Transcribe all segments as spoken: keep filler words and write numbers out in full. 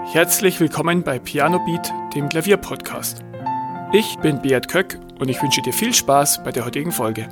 Herzlich willkommen bei Piano Beat, dem Klavierpodcast. Ich bin Beat Köck und ich wünsche dir viel Spaß bei der heutigen Folge.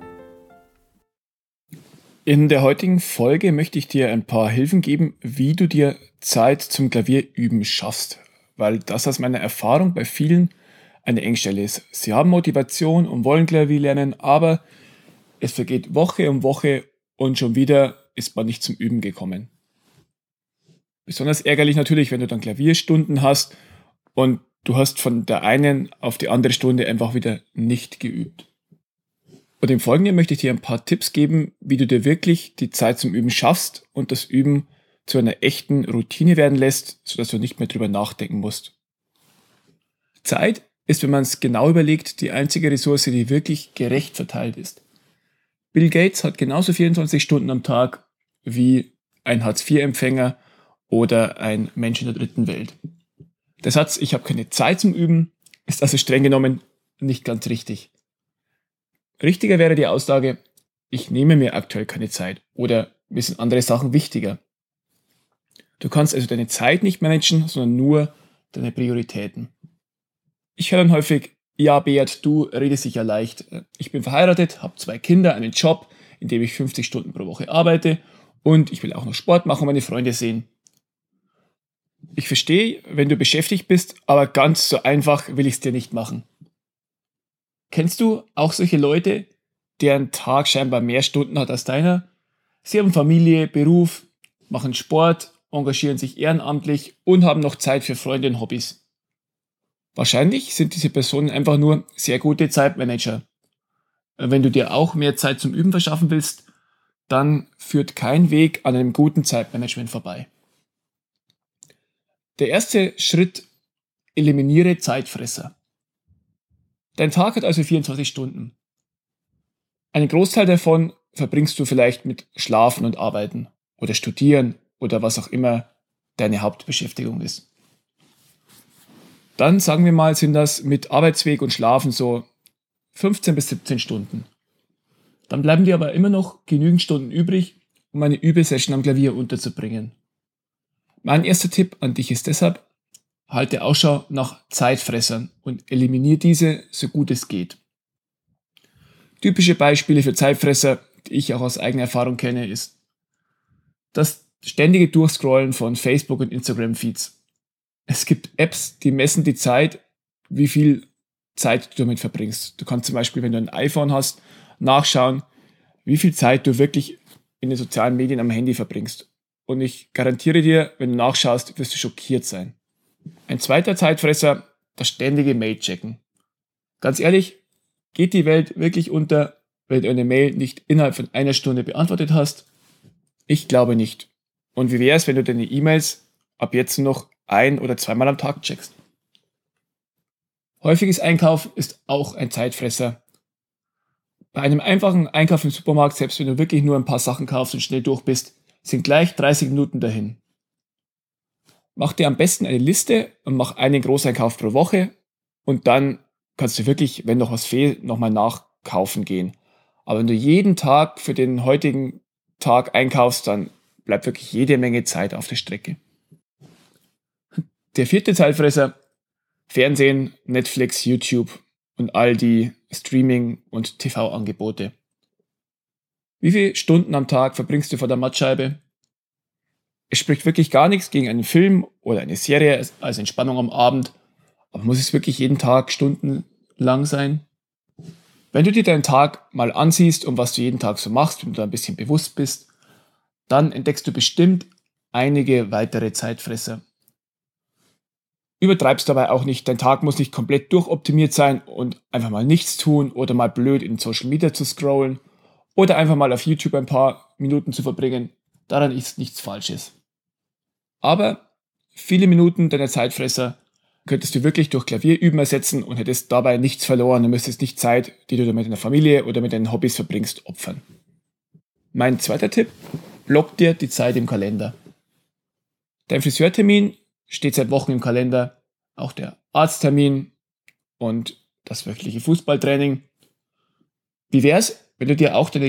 In der heutigen Folge möchte ich dir ein paar Hilfen geben, wie du dir Zeit zum Klavierüben schaffst, weil das aus meiner Erfahrung bei vielen eine Engstelle ist. Sie haben Motivation und wollen Klavier lernen, aber es vergeht Woche um Woche und schon wieder ist man nicht zum Üben gekommen. Besonders ärgerlich natürlich, wenn du dann Klavierstunden hast und du hast von der einen auf die andere Stunde einfach wieder nicht geübt. Und im Folgenden möchte ich dir ein paar Tipps geben, wie du dir wirklich die Zeit zum Üben schaffst und das Üben zu einer echten Routine werden lässt, sodass du nicht mehr drüber nachdenken musst. Zeit ist, wenn man es genau überlegt, die einzige Ressource, die wirklich gerecht verteilt ist. Bill Gates hat genauso vierundzwanzig Stunden am Tag wie ein Hartz vier Empfänger oder ein Mensch in der dritten Welt. Der Satz, ich habe keine Zeit zum Üben, ist also streng genommen nicht ganz richtig. Richtiger wäre die Aussage, ich nehme mir aktuell keine Zeit oder mir sind andere Sachen wichtiger. Du kannst also deine Zeit nicht managen, sondern nur deine Prioritäten. Ich höre dann häufig, ja Beat, du redest sicher leicht. Ich bin verheiratet, habe zwei Kinder, einen Job, in dem ich fünfzig Stunden pro Woche arbeite und ich will auch noch Sport machen und meine Freunde sehen. Ich verstehe, wenn du beschäftigt bist, aber ganz so einfach will ich es dir nicht machen. Kennst du auch solche Leute, deren Tag scheinbar mehr Stunden hat als deiner? Sie haben Familie, Beruf, machen Sport, engagieren sich ehrenamtlich und haben noch Zeit für Freunde und Hobbys. Wahrscheinlich sind diese Personen einfach nur sehr gute Zeitmanager. Wenn du dir auch mehr Zeit zum Üben verschaffen willst, dann führt kein Weg an einem guten Zeitmanagement vorbei. Der erste Schritt: eliminiere Zeitfresser. Dein Tag hat also vierundzwanzig Stunden. Einen Großteil davon verbringst du vielleicht mit Schlafen und Arbeiten oder Studieren oder was auch immer deine Hauptbeschäftigung ist. Dann sagen wir mal, sind das mit Arbeitsweg und Schlafen so fünfzehn bis siebzehn Stunden. Dann bleiben dir aber immer noch genügend Stunden übrig, um eine Übesession am Klavier unterzubringen. Mein erster Tipp an dich ist deshalb, halte Ausschau nach Zeitfressern und eliminiere diese, so gut es geht. Typische Beispiele für Zeitfresser, die ich auch aus eigener Erfahrung kenne, ist das ständige Durchscrollen von Facebook- und Instagram-Feeds. Es gibt Apps, die messen die Zeit, wie viel Zeit du damit verbringst. Du kannst zum Beispiel, wenn du ein iPhone hast, nachschauen, wie viel Zeit du wirklich in den sozialen Medien am Handy verbringst. Und ich garantiere dir, wenn du nachschaust, wirst du schockiert sein. Ein zweiter Zeitfresser, das ständige Mail-Checken. Ganz ehrlich, geht die Welt wirklich unter, wenn du eine Mail nicht innerhalb von einer Stunde beantwortet hast? Ich glaube nicht. Und wie wäre es, wenn du deine E-Mails ab jetzt noch ein- oder zweimal am Tag checkst? Häufiges Einkaufen ist auch ein Zeitfresser. Bei einem einfachen Einkauf im Supermarkt, selbst wenn du wirklich nur ein paar Sachen kaufst und schnell durch bist, sind gleich dreißig Minuten dahin. Mach dir am besten eine Liste und mach einen Großeinkauf pro Woche und dann kannst du wirklich, wenn noch was fehlt, nochmal nachkaufen gehen. Aber wenn du jeden Tag für den heutigen Tag einkaufst, dann bleibt wirklich jede Menge Zeit auf der Strecke. Der vierte Zeitfresser: Fernsehen, Netflix, YouTube und all die Streaming- und T V-Angebote. Wie viele Stunden am Tag verbringst du vor der Mattscheibe? Es spricht wirklich gar nichts gegen einen Film oder eine Serie als Entspannung am Abend, aber muss es wirklich jeden Tag stundenlang sein? Wenn du dir deinen Tag mal ansiehst und was du jeden Tag so machst, wenn du da ein bisschen bewusst bist, dann entdeckst du bestimmt einige weitere Zeitfresser. Übertreibst dabei auch nicht, dein Tag muss nicht komplett durchoptimiert sein und einfach mal nichts tun oder mal blöd in Social Media zu scrollen oder einfach mal auf YouTube ein paar Minuten zu verbringen. Daran ist nichts Falsches. Aber viele Minuten deiner Zeitfresser könntest du wirklich durch Klavierüben ersetzen und hättest dabei nichts verloren. Du müsstest nicht Zeit, die du mit deiner Familie oder mit deinen Hobbys verbringst, opfern. Mein zweiter Tipp: block dir die Zeit im Kalender. Dein Friseurtermin steht seit Wochen im Kalender, auch der Arzttermin und das wöchentliche Fußballtraining. Wie wär's, wenn du dir auch deine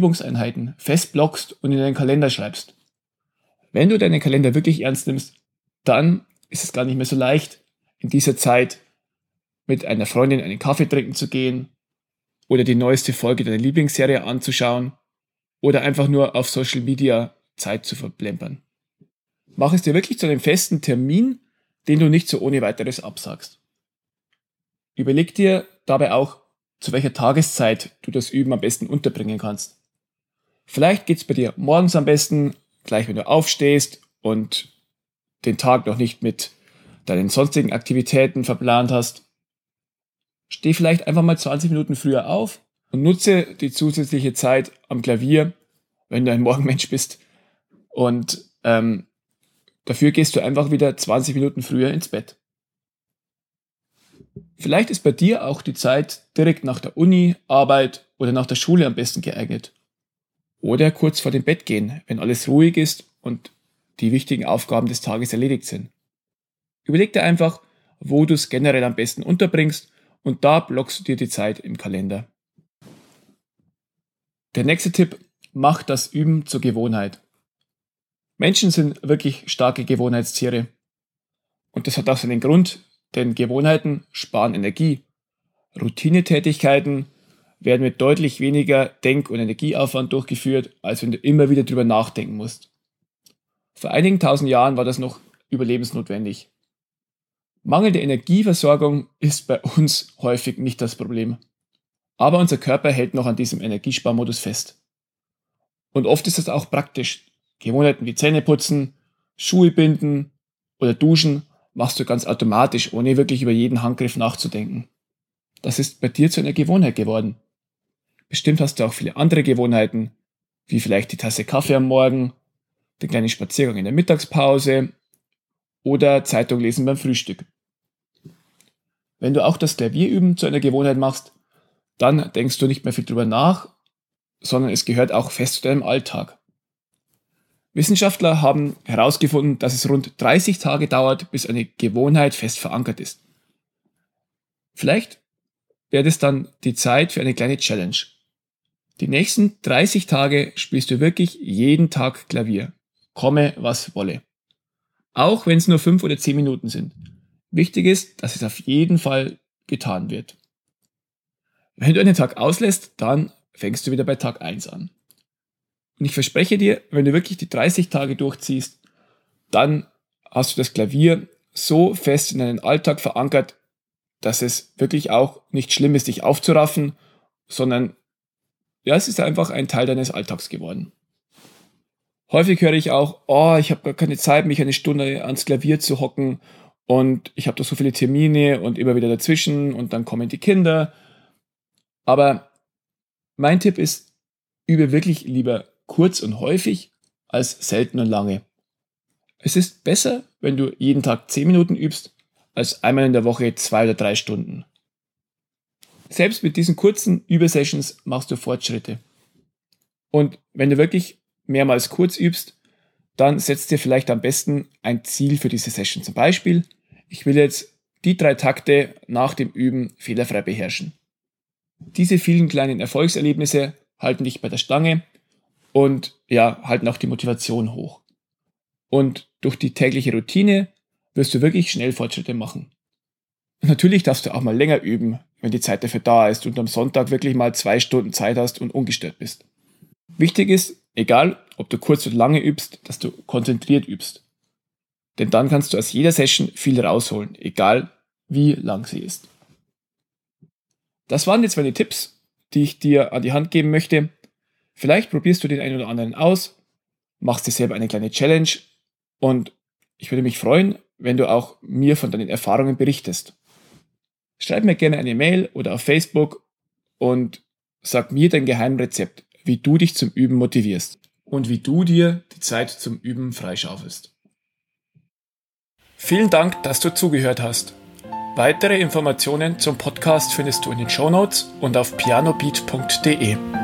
Klavierübungseinheiten festblockst und in deinen Kalender schreibst? Wenn du deinen Kalender wirklich ernst nimmst, dann ist es gar nicht mehr so leicht, in dieser Zeit mit einer Freundin einen Kaffee trinken zu gehen oder die neueste Folge deiner Lieblingsserie anzuschauen oder einfach nur auf Social Media Zeit zu verplempern. Mach es dir wirklich zu einem festen Termin, den du nicht so ohne weiteres absagst. Überleg dir dabei auch, zu welcher Tageszeit du das Üben am besten unterbringen kannst. Vielleicht geht es bei dir morgens am besten, gleich wenn du aufstehst und den Tag noch nicht mit deinen sonstigen Aktivitäten verplant hast. Steh vielleicht einfach mal zwanzig Minuten früher auf und nutze die zusätzliche Zeit am Klavier, wenn du ein Morgenmensch bist. Und ähm, dafür gehst du einfach wieder zwanzig Minuten früher ins Bett. Vielleicht ist bei dir auch die Zeit direkt nach der Uni, Arbeit oder nach der Schule am besten geeignet. Oder kurz vor dem Bett gehen, wenn alles ruhig ist und die wichtigen Aufgaben des Tages erledigt sind. Überleg dir einfach, wo du es generell am besten unterbringst und da blockst du dir die Zeit im Kalender. Der nächste Tipp: Mach das Üben zur Gewohnheit. Menschen sind wirklich starke Gewohnheitstiere. Und das hat auch seinen Grund, denn Gewohnheiten sparen Energie. Routinetätigkeiten werden mit deutlich weniger Denk- und Energieaufwand durchgeführt, als wenn du immer wieder drüber nachdenken musst. Vor einigen tausend Jahren war das noch überlebensnotwendig. Mangelnde Energieversorgung ist bei uns häufig nicht das Problem. Aber unser Körper hält noch an diesem Energiesparmodus fest. Und oft ist das auch praktisch. Gewohnheiten wie Zähneputzen, Schuhe binden oder Duschen machst du ganz automatisch, ohne wirklich über jeden Handgriff nachzudenken. Das ist bei dir zu einer Gewohnheit geworden. Bestimmt hast du auch viele andere Gewohnheiten, wie vielleicht die Tasse Kaffee am Morgen, den kleinen Spaziergang in der Mittagspause oder Zeitung lesen beim Frühstück. Wenn du auch das Klavierüben zu einer Gewohnheit machst, dann denkst du nicht mehr viel drüber nach, sondern es gehört auch fest zu deinem Alltag. Wissenschaftler haben herausgefunden, dass es rund dreißig Tage dauert, bis eine Gewohnheit fest verankert ist. Vielleicht wäre es dann die Zeit für eine kleine Challenge. Die nächsten dreißig Tage spielst du wirklich jeden Tag Klavier, komme was wolle. Auch wenn es nur fünf oder zehn Minuten sind. Wichtig ist, dass es auf jeden Fall getan wird. Wenn du einen Tag auslässt, dann fängst du wieder bei Tag eins an. Und ich verspreche dir, wenn du wirklich die dreißig Tage durchziehst, dann hast du das Klavier so fest in deinen Alltag verankert, dass es wirklich auch nicht schlimm ist, dich aufzuraffen, sondern ja, es ist einfach ein Teil deines Alltags geworden. Häufig höre ich auch, oh, ich habe gar keine Zeit, mich eine Stunde ans Klavier zu hocken und ich habe doch so viele Termine und immer wieder dazwischen und dann kommen die Kinder. Aber mein Tipp ist, übe wirklich lieber kurz und häufig als selten und lange. Es ist besser, wenn du jeden Tag zehn Minuten übst, als einmal in der Woche zwei oder drei Stunden. Selbst mit diesen kurzen Übesessions machst du Fortschritte. Und wenn du wirklich mehrmals kurz übst, dann setzt dir vielleicht am besten ein Ziel für diese Session. Zum Beispiel, ich will jetzt die drei Takte nach dem Üben fehlerfrei beherrschen. Diese vielen kleinen Erfolgserlebnisse halten dich bei der Stange und ja, halten auch die Motivation hoch. Und durch die tägliche Routine wirst du wirklich schnell Fortschritte machen. Und natürlich darfst du auch mal länger üben, wenn die Zeit dafür da ist und am Sonntag wirklich mal zwei Stunden Zeit hast und ungestört bist. Wichtig ist, egal ob du kurz oder lange übst, dass du konzentriert übst. Denn dann kannst du aus jeder Session viel rausholen, egal wie lang sie ist. Das waren jetzt meine Tipps, die ich dir an die Hand geben möchte. Vielleicht probierst du den einen oder anderen aus, machst dir selber eine kleine Challenge und ich würde mich freuen, wenn du auch mir von deinen Erfahrungen berichtest. Schreib mir gerne eine Mail oder auf Facebook und sag mir dein Geheimrezept, wie du dich zum Üben motivierst und wie du dir die Zeit zum Üben freischaufelst. Vielen Dank, dass du zugehört hast. Weitere Informationen zum Podcast findest du in den Shownotes und auf pianobeat punkt de.